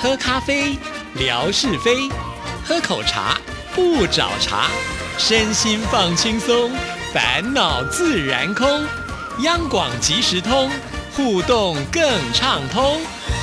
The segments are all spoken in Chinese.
喝咖啡，聊是非；喝口茶，不找茬。身心放轻松，烦恼自然空。央广即时通，互动更畅通。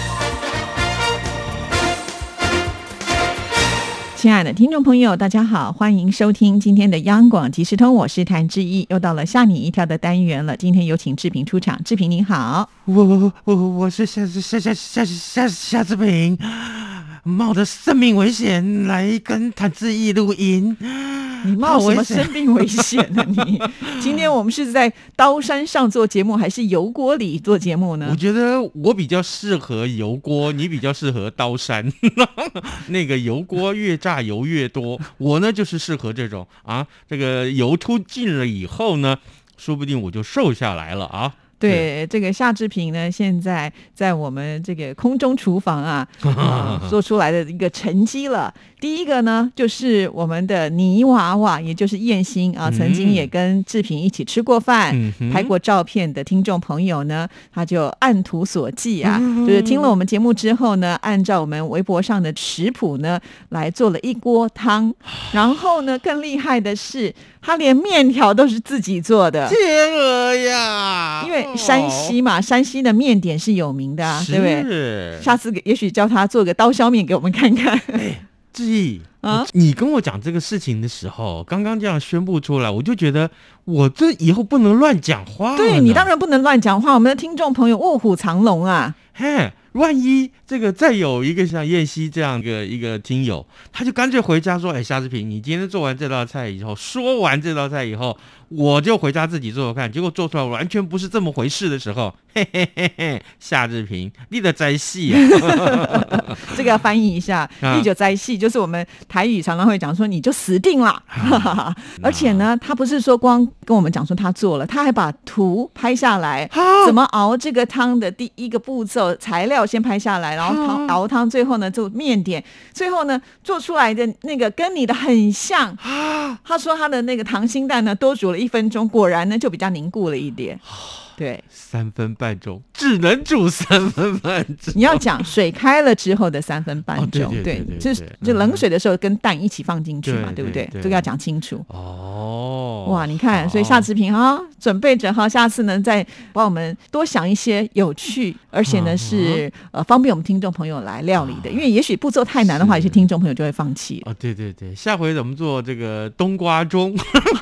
亲爱的听众朋友，大家好，欢迎收听今天的央广即时通，我是谭志毅，又到了吓你一跳的单元了。今天有请志平出场，志平您好。 我是夏志平，冒着生命危险来跟谭志毅录音。 你冒什么生命危险呢？你今天我们是在刀山上做节目，还是油锅里做节目呢？ 我觉得我比较适合油锅，你比较适合刀山。那个油锅越炸油越多，我呢就是适合这种啊，这个油突进了以后呢，说不定我就瘦下来了啊。 对，这个夏志平呢，现在在我们这个空中厨房啊，做出来的一个成绩了。第一个呢，就是我们的泥娃娃，也就是燕心啊，曾经也跟志平一起吃过饭、拍过照片的听众朋友呢，他就按图索骥啊，就是听了我们节目之后呢，按照我们微博上的食谱呢，来做了一锅汤。然后呢，更厉害的是，他连面条都是自己做的。 天鹅呀！ 因为山西嘛，山西的面点是有名的啊，对不对？下次也许叫他做个刀削面给我们看看。 志毅啊，你跟我讲这个事情的时候，刚刚这样宣布出来，我就觉得我这以后不能乱讲话。 对，你当然不能乱讲话，我们的听众朋友卧虎藏龙啊。 嘿，万一这个再有一个像燕西这样一个听友，他就干脆回家说：“哎，夏志平，你今天做完这道菜以后，说完这道菜以后，我就回家自己做做看。”结果做出来完全不是这么回事的时候，嘿嘿嘿嘿，夏志平，你的灾戏啊！ 这个要翻译一下，你就灾戏，就是我们台语常常会讲说你就死定了。而且呢，他不是说光跟我们讲说他做了，他还把图拍下来，怎么熬这个汤的第一个步骤，材料先拍下来，然后熬汤，最后呢做面点，最后呢做出来的那个跟你的很像。他说他的那个溏心蛋呢多煮了1分钟，果然呢就比较凝固了一点。对 ，3分半钟只能煮3分半钟。 你要讲水开了之后的3分半钟，对，就冷水的时候跟蛋一起放进去嘛，对不对？这个要讲清楚。哇，你看，所以夏志平啊，准备着哈，下次呢再帮我们多想一些有趣，而且呢是方便我们听众朋友来料理的，因为也许步骤太难的话，有些听众朋友就会放弃了。 对，下回我们做这个冬瓜盅。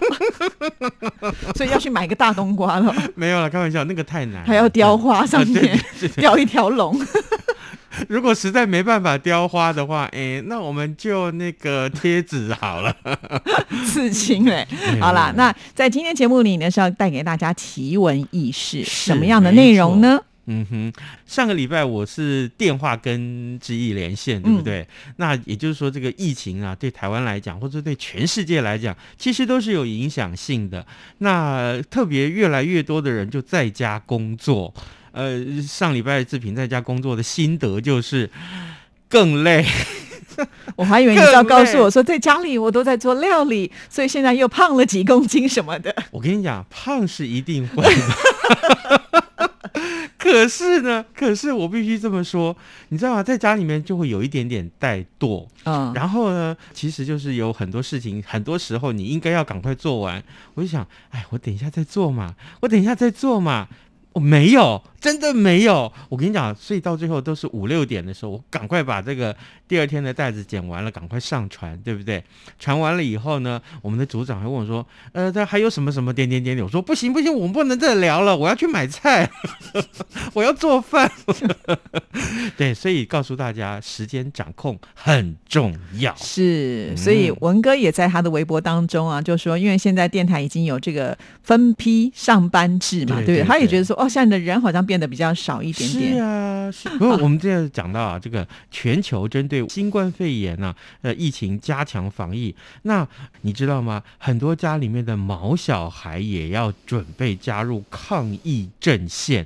所以要去买个大冬瓜了。 没有了，开玩笑，那个太难了， 还要雕花上面雕一条龙。 如果实在没办法雕花的话，那我们就那个贴纸好了。 刺青嘞。好啦，那在今天节目里呢，是要带给大家奇闻异事，什么样的内容呢？ 上个礼拜我是电话跟志毅连线，对不对？那也就是说，这个疫情啊，对台湾来讲，或者对全世界来讲，其实都是有影响性的。那特别越来越多的人就在家工作。上礼拜志平在家工作的心得就是更累。 我还以为你是要告诉我说，在家里我都在做料理，所以现在又胖了几公斤什么的。 我跟你讲，胖是一定会的。可是我必须这么说，你知道吗？在家里面就会有一点点怠惰，然后呢，其实就是有很多事情，很多时候你应该要赶快做完。我就想，我等一下再做嘛，我没有，真的没有。我跟你讲，所以到最后都是5、6点的时候，我赶快把这个第二天的袋子剪完了，赶快上传，对不对？传完了以后呢，我们的组长还问我说，这还有什么什么点点点点。我说不行，我们不能再聊了，我要去买菜，我要做饭。对，所以告诉大家，时间掌控很重要。 是，所以文哥也在他的微博当中啊，就说，因为现在电台已经有这个分批上班制嘛，对不对？他也觉得说，现在的人好像变得比较少一点点。 是啊，不过我们这样讲到啊，这个全球针对新冠肺炎啊，疫情加强防疫。那你知道吗？很多家里面的毛小孩也要准备加入抗疫阵线。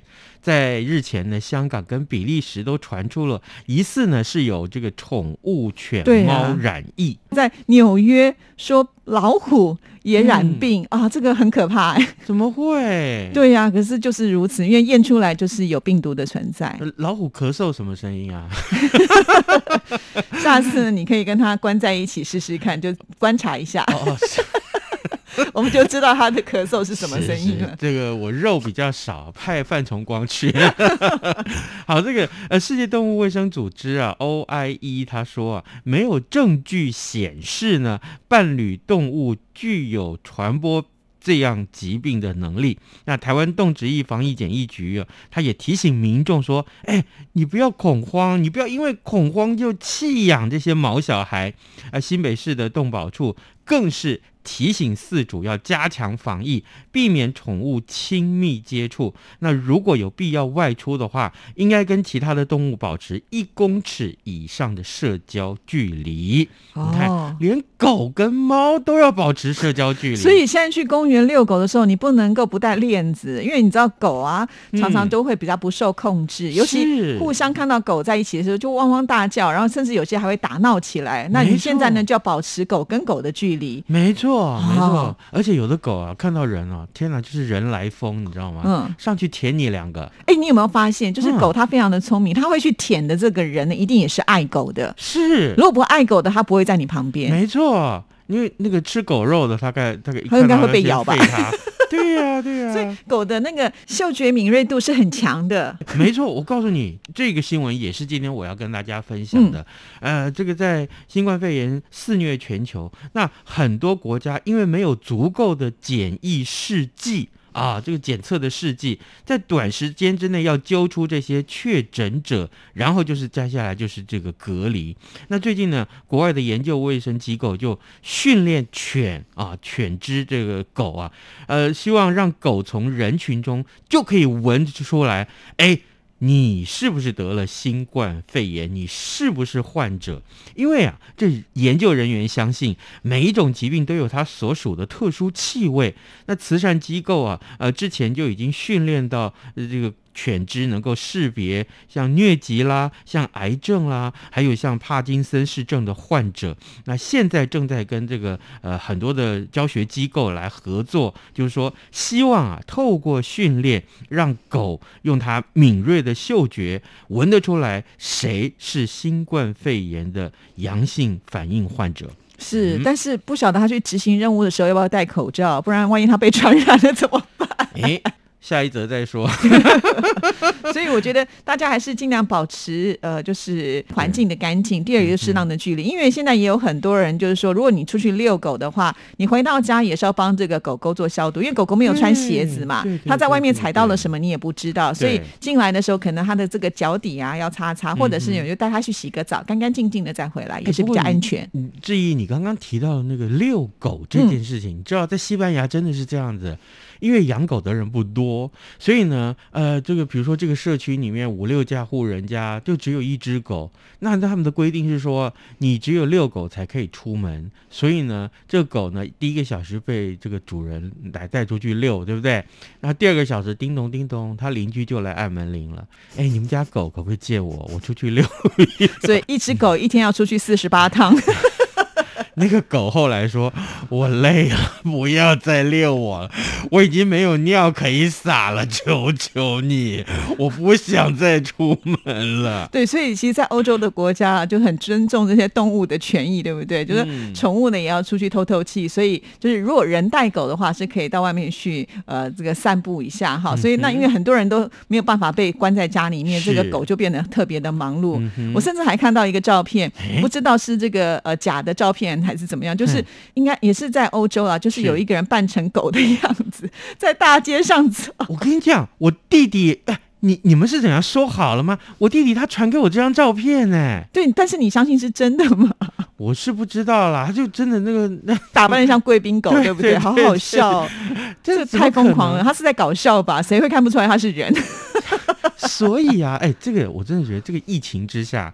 在日前呢，香港跟比利时都传出了疑似呢是有这个宠物犬猫染疫， 在纽约说老虎也染病、这个很可怕怎么会？ 对呀、可是就是如此，因为验出来就是有病毒的存在。 老虎咳嗽什么声音啊？ 下次你可以跟它关在一起试试看，就观察一下。我们就知道他的咳嗽是什么声音了。 是这个我肉比较少，派范崇光去。好，这个世界动物卫生组织啊 OIE 他说啊，没有证据显示呢伴侣动物具有传播这样疾病的能力。那台湾动植疫防疫检疫局啊，他也提醒民众说，你不要恐慌，你不要因为恐慌就弃养这些毛小孩。新北市的动保处更是提醒饲主要加强防疫，避免宠物亲密接触。那如果有必要外出的话，应该跟其他的动物保持1公尺以上的社交距离。你看，连狗跟猫都要保持社交距离。 所以现在去公园遛狗的时候，你不能够不带链子，因为你知道狗啊，常常都会比较不受控制，尤其互相看到狗在一起的时候就汪汪大叫，然后甚至有些还会打闹起来。那你现在呢，就要保持狗跟狗的距离。 没错。而且有的狗啊，看到人啊，天哪，就是人来疯，你知道吗？上去舔你2个。 你有没有发现，就是狗它非常的聪明，它会去舔的这个人呢，一定也是爱狗的。 是， 如果不爱狗的，它不会在你旁边。 没错，因为那个吃狗肉的，大概它应该会被咬吧。 对呀， 所以狗的那个嗅觉敏锐度是很强的。 没错，我告诉你，这个新闻也是今天我要跟大家分享的。这个在新冠肺炎肆虐全球，那很多国家因为没有足够的检疫试剂这个检测的试剂，在短时间之内要揪出这些确诊者，然后就是接下来就是这个隔离。那最近呢，国外的研究卫生机构就训练犬只这个狗希望让狗从人群中就可以闻出来，你是不是得了新冠肺炎？你是不是患者？因为这研究人员相信每一种疾病都有它所属的特殊气味。那慈善机构之前就已经训练到这个犬只能够识别像疟疾啦、像癌症啦，还有像帕金森氏症的患者。那现在正在跟这个很多的教学机构来合作，就是说希望透过训练，让狗用它敏锐的嗅觉闻得出来谁是新冠肺炎的阳性反应患者。 是，但是不晓得他去执行任务的时候要不要戴口罩，不然万一他被传染了怎么办？ 下一则再说。 所以我觉得大家还是尽量保持就是环境的干净，第二个就是适当的距离。因为现在也有很多人就是说，如果你出去遛狗的话，你回到家也是要帮这个狗狗做消毒，因为狗狗没有穿鞋子嘛，它在外面踩到了什么你也不知道，所以进来的时候可能它的这个脚底要擦擦，或者是有就带它去洗个澡，干干净净的再回来，也是比较安全。 至于你刚刚提到的那个遛狗这件事情，你知道在西班牙真的是这样子。因为养狗的人不多，所以呢，这个比如说这个社区里面5-6家户人家就只有1只狗，那他们的规定是说，你只有遛狗才可以出门，所以呢，这个狗呢，第1个小时被这个主人来带出去遛，对不对？然后第2个小时叮咚叮咚，他邻居就来按门铃了，你们家狗可不可以借我出去遛？ 所以1只狗1天要出去48趟。 那个狗后来说，我累了，不要再遛我了，我已经没有尿可以撒了，求求你，我不想再出门了。 对，所以其实在欧洲的国家就很尊重这些动物的权益，对不对？就是宠物呢也要出去透透气，所以就是如果人带狗的话是可以到外面去这个散步一下哈。所以那因为很多人都没有办法被关在家里面，这个狗就变得特别的忙碌。我甚至还看到一个照片，不知道是这个假的照片还是怎么样，就是应该也是在欧洲啊，就是有一个人扮成狗的样子在大街上走。 我跟你讲，我弟弟你们是怎样说好了吗？我弟弟他传给我这张照片呢。 对，但是你相信是真的吗？ 我是不知道啦，他就真的那打扮得像贵宾狗，对不对？好好笑，这太疯狂了。他是在搞笑吧？谁会看不出来他是人？ 所以这个我真的觉得这个疫情之下，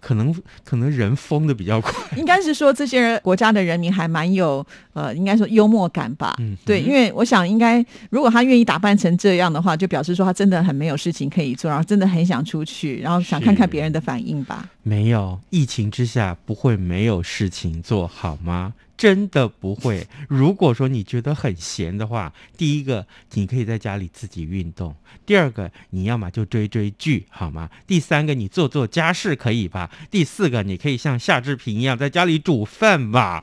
可能人疯的比较快。 应该是说这些国家的人民还蛮有应该说幽默感吧。对，因为我想应该如果他愿意打扮成这样的话，就表示说他真的很没有事情可以做，然后真的很想出去，然后想看看别人的反应吧。 没有，疫情之下不会没有事情做好吗？真的不会。如果说你觉得很闲的话，第一个你可以在家里自己运动，第二个你要么就追剧好吗？第三个你做家事可以吧？第四个你可以像夏志平一样在家里煮饭吧。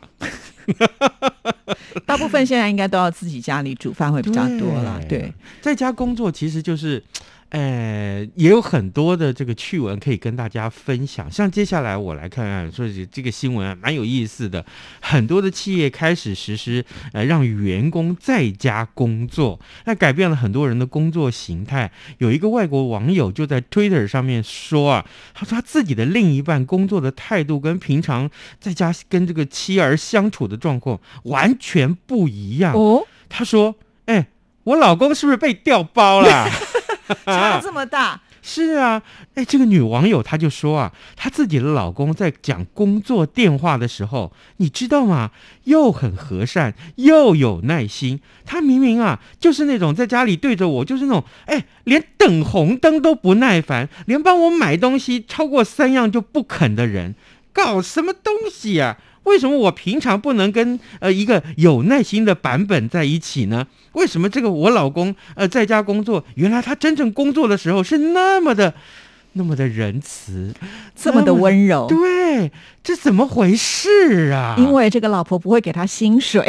大部分现在应该都要自己家里煮饭会比较多了。对， 在家工作其实就是也有很多的这个趣闻可以跟大家分享。像接下来我来看看，说这个新闻蛮有意思的，很多的企业开始实施让员工在家工作，那改变了很多人的工作形态。有一个外国网友就在 Twitter 上面说啊，他说他自己的另一半工作的态度跟平常在家跟这个妻儿相处的状况完全不一样。他说我老公是不是被调包了？ 差这么大。 是啊，这个女网友她就说啊，她自己的老公在讲工作电话的时候，你知道吗？又很和善，又有耐心。他明明啊，就是那种在家里对着我，就是那种连等红灯都不耐烦，连帮我买东西超过3样就不肯的人，搞什么东西啊？为什么我平常不能跟一个有耐心的版本在一起呢？为什么这个我老公在家工作，原来他真正工作的时候是那么的仁慈， 这么的温柔？ 对，这怎么回事啊？ 因为这个老婆不会给他薪水。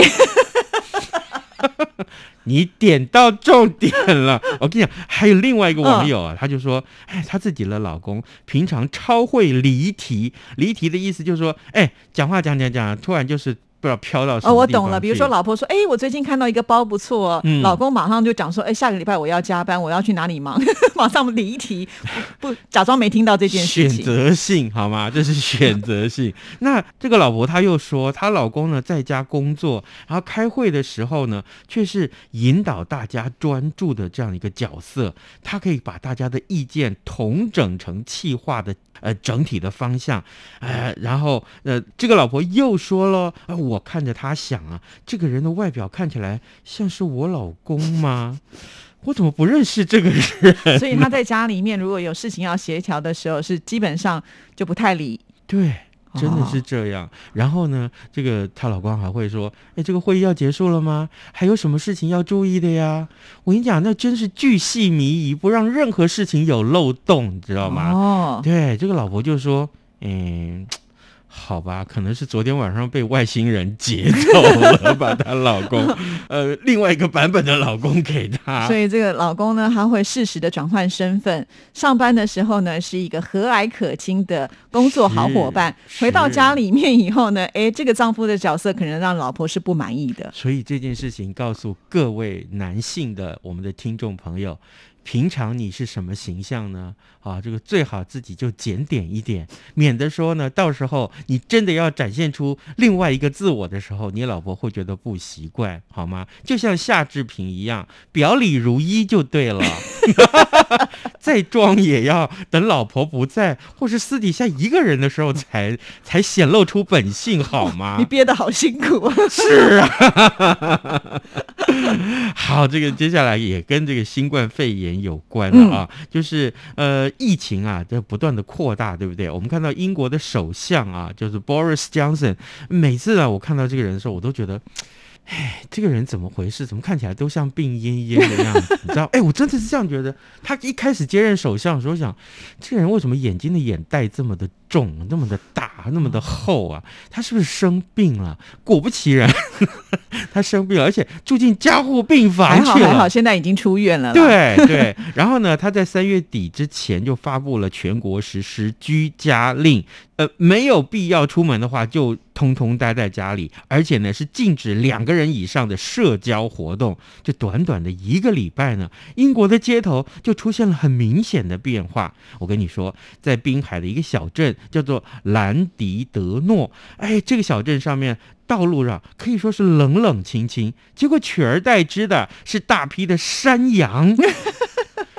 你点到重点了。我跟你讲，还有另外一个网友啊，他就说他自己的老公平常超会离题的意思就是说讲话讲突然就是不知道飘到什么地方去。 我懂了。比如说老婆说我最近看到一个包不错，老公马上就讲说下个礼拜我要加班，我要去哪里忙。马上离题，不假装没听到这件事情。 选择性好吗？这是选择性。那这个老婆她又说，她老公呢在家工作，然后开会的时候呢却是引导大家专注的这样一个角色，他可以把大家的意见统整成企划的整体的方向。然后这个老婆又说了，我看着他想啊，这个人的外表看起来像是我老公吗？我怎么不认识这个人？ 所以他在家里面如果有事情要协调的时候，是基本上就不太理。 对，真的是这样。然后呢，这个她老公还会说，这个会议要结束了吗？还有什么事情要注意的呀？我跟你讲，那真是巨细靡遗，不让任何事情有漏洞，你知道吗？对，这个老婆就说好吧，可能是昨天晚上被外星人劫走了，把她老公另外一个版本的老公给她。 所以这个老公呢，他会适时的转换身份，上班的时候呢是一个和蔼可亲的工作好伙伴，回到家里面以后呢这个丈夫的角色可能让老婆是不满意的。 所以这件事情告诉各位男性的我们的听众朋友，平常你是什么形象呢？这个最好自己就检点一点，免得说呢，到时候你真的要展现出另外一个自我的时候，你老婆会觉得不习惯，好吗？就像夏志平一样，表里如一就对了。再装也要等老婆不在，或是私底下一个人的时候才显露出本性，好吗？ 你憋得好辛苦。 是啊。好，这个接下来也跟这个新冠肺炎有关了啊，就是疫情啊在不断的扩大，对不对？我们看到英国的首相啊，就是 Boris Johnson， 每次啊我看到这个人的时候，我都觉得这个人怎么回事？怎么看起来都像病恹恹的样子？你知道？我真的是这样觉得。他一开始接任首相的时候，想这个人为什么眼睛的眼袋这么的重，那么的大，那么的厚啊？他是不是生病了？果不其然，他生病了，而且住进加护病房去了。 还好，现在已经出院了。 对。然后呢，他在3月底之前就发布了全国实施居家令。没有必要出门的话，就通通待在家里，而且呢是禁止2个人以上的社交活动。就短短的1个礼拜呢，英国的街头就出现了很明显的变化。我跟你说，在滨海的一个小镇叫做兰迪德诺，这个小镇上面道路上可以说是冷冷清清，结果取而代之的是大批的山羊。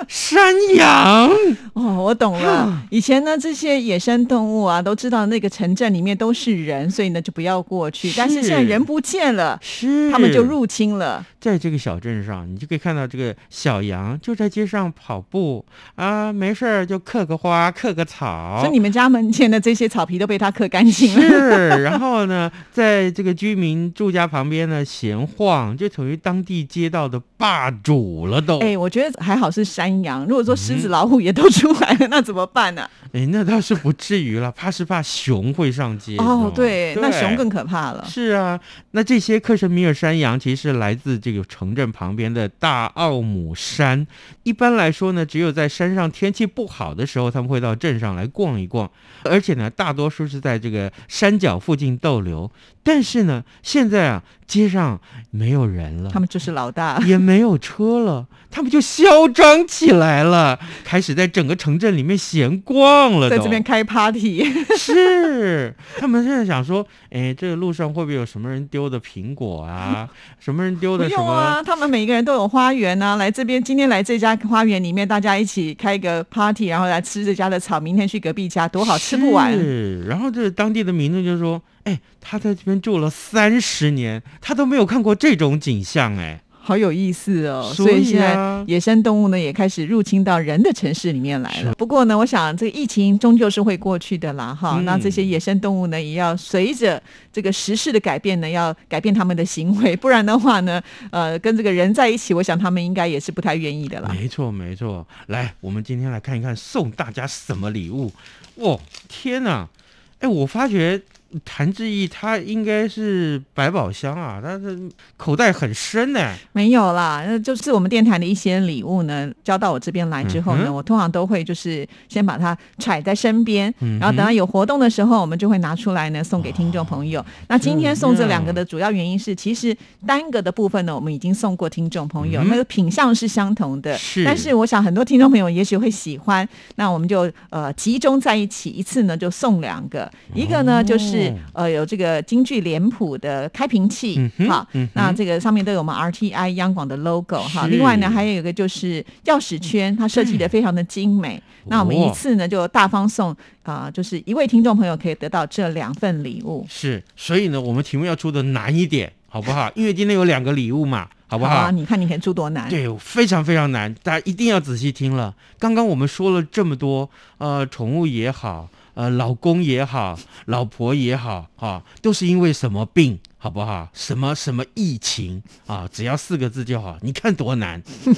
山羊哦，我懂了。以前呢，这些野生动物啊，都知道那个城镇里面都是人，所以呢就不要过去。但是现在人不见了，他们就入侵了。 在这个小镇上，你就可以看到这个小羊就在街上跑步啊，没事就嗑个花、嗑个草。 所以你们家门前的这些草皮都被它嗑干净了。 是，然后呢，在这个居民住家旁边呢闲晃，就等于当地街道的霸主了都。 我觉得还好是山羊，如果说狮子、老虎也都出来了，那怎么办呢？ 那倒是不至于了，怕是怕熊会上街。 对，那熊更可怕了。 是啊，那这些克什米尔山羊其实是来自这个城镇旁边的大奥姆山。一般来说呢，只有在山上天气不好的时候，他们会到镇上来逛一逛，而且呢，大多数是在这个山脚附近逗留。但是呢，现在啊，街上没有人了， 他们就是老大， 也没有车了，他们就嚣张起来了，开始在整个城镇里面闲逛了， 在这边开 party。 是，他们现在想说，这个路上会不会有什么人丢的苹果啊？什么人丢的什么？ 不用啊，他们每个人都有花园啊，来这边，今天来这家花园里面，大家一起开个 party， 然后来吃这家的草，明天去隔壁家，多好，吃不完。 是，然后这当地的民众就说，他在这边住了30年，他都没有看过这种景象， 好有意思哦。所以现在野生动物呢也开始入侵到人的城市里面来了。不过呢，我想这个疫情终究是会过去的啦，那这些野生动物呢也要随着这个时事的改变呢，要改变他们的行为，不然的话呢，跟这个人在一起，我想他们应该也是不太愿意的啦。 没错没错，来，我们今天来看一看送大家什么礼物。天哪，我发觉谭志毅他应该是百宝箱啊，他的口袋很深呢。 没有啦，就是我们电台的一些礼物呢，交到我这边来之后呢，我通常都会就是先把它揣在身边，然后等到有活动的时候，我们就会拿出来呢送给听众朋友。那今天送这2个的主要原因是，其实单个的部分呢，我们已经送过听众朋友，那个品相是相同的，但是我想很多听众朋友也许会喜欢，那我们就集中在一起，一次呢就送2个，一个呢就是有这个京剧脸谱的开瓶器，那这个上面都有我们 RTI 央广的 logo 哈。另外呢，还有一个就是钥匙圈，它设计的非常的精美。那我们一次呢就大方送就是一位听众朋友可以得到这2份礼物。 是，所以呢，我们题目要出的难一点，好不好？因为今天有2个礼物嘛。好不好？ 好你看你可以出多难？ 对，非常非常难，大家一定要仔细听了。刚刚我们说了这么多，宠物也好，老公也好，老婆也好，都是因为什么病，好不好？什么疫情啊？只要4个字就好。你看多难，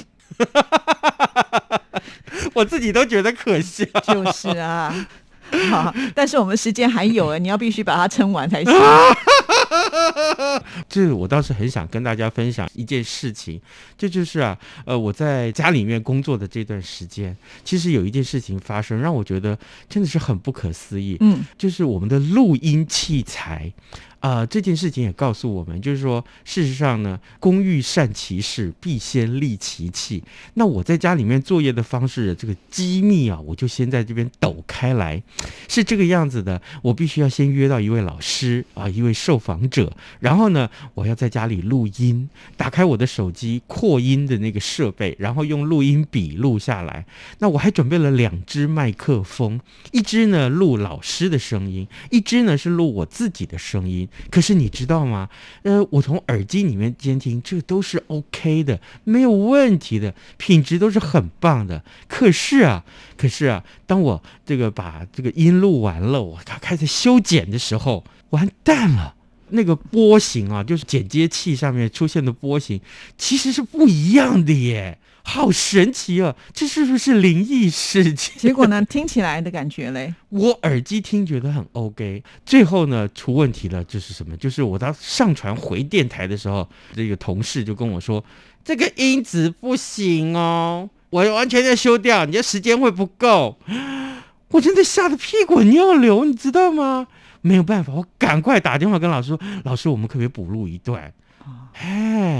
我自己都觉得可笑。 就是啊。好，但是我们时间还有你要必须把它撑完才行。 这我倒是很想跟大家分享一件事情，这就是我在家里面工作的这段时间，其实有一件事情发生，让我觉得真的是很不可思议。就是我们的录音器材。这件事情也告诉我们，就是说，事实上呢，工欲善其事，必先利其器。那我在家里面作业的方式，这个机密我就先在这边抖开来，是这个样子的。我必须要先约到一位老师一位受访者，然后呢，我要在家里录音，打开我的手机扩音的那个设备，然后用录音笔录下来。那我还准备了2支麦克风，一支呢录老师的声音，一支呢是录我自己的声音。可是你知道吗？我从耳机里面监听，这都是 OK 的，没有问题的，品质都是很棒的。可是啊，当我这个把这个音录完了，我开始修剪的时候，完蛋了。那个波形就是剪接器上面出现的波形，其实是不一样的耶。好神奇啊！这是不是灵异事情？ 结果呢，听起来的感觉嘞， 我耳机听觉得很 OK， 最后呢出问题了，就是什么？就是我到上传回电台的时候，这个同事就跟我说，这个音质不行哦，我完全要修掉，你的时间会不够。我真的吓得屁滚尿流，你知道吗？没有办法，我赶快打电话跟老师说，老师，我们可不可以补录一段？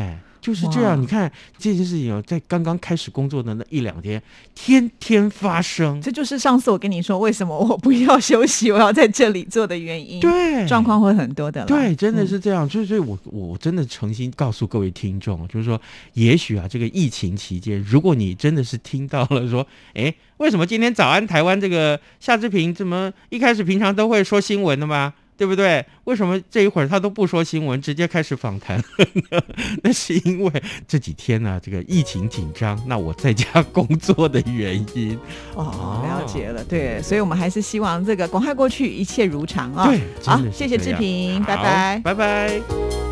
就是这样。你看这件事情在刚刚开始工作的那1-2天，天天发生。 这就是上次我跟你说为什么我不要休息，我要在这里做的原因。 对， 状况会很多的了。 对，真的是这样。所以我真的诚心告诉各位听众，就是说，也许这个疫情期间，如果你真的是听到了说，为什么今天早安台湾这个夏志平怎么一开始平常都会说新闻的吗？对不对？为什么这一会儿他都不说新闻，直接开始访谈呢？那是因为这几天呢，这个疫情紧张，那我在家工作的原因。 了解了，对，所以我们还是希望这个赶快过去，一切如常啊。 对， 好，谢谢志平，拜拜， 拜拜。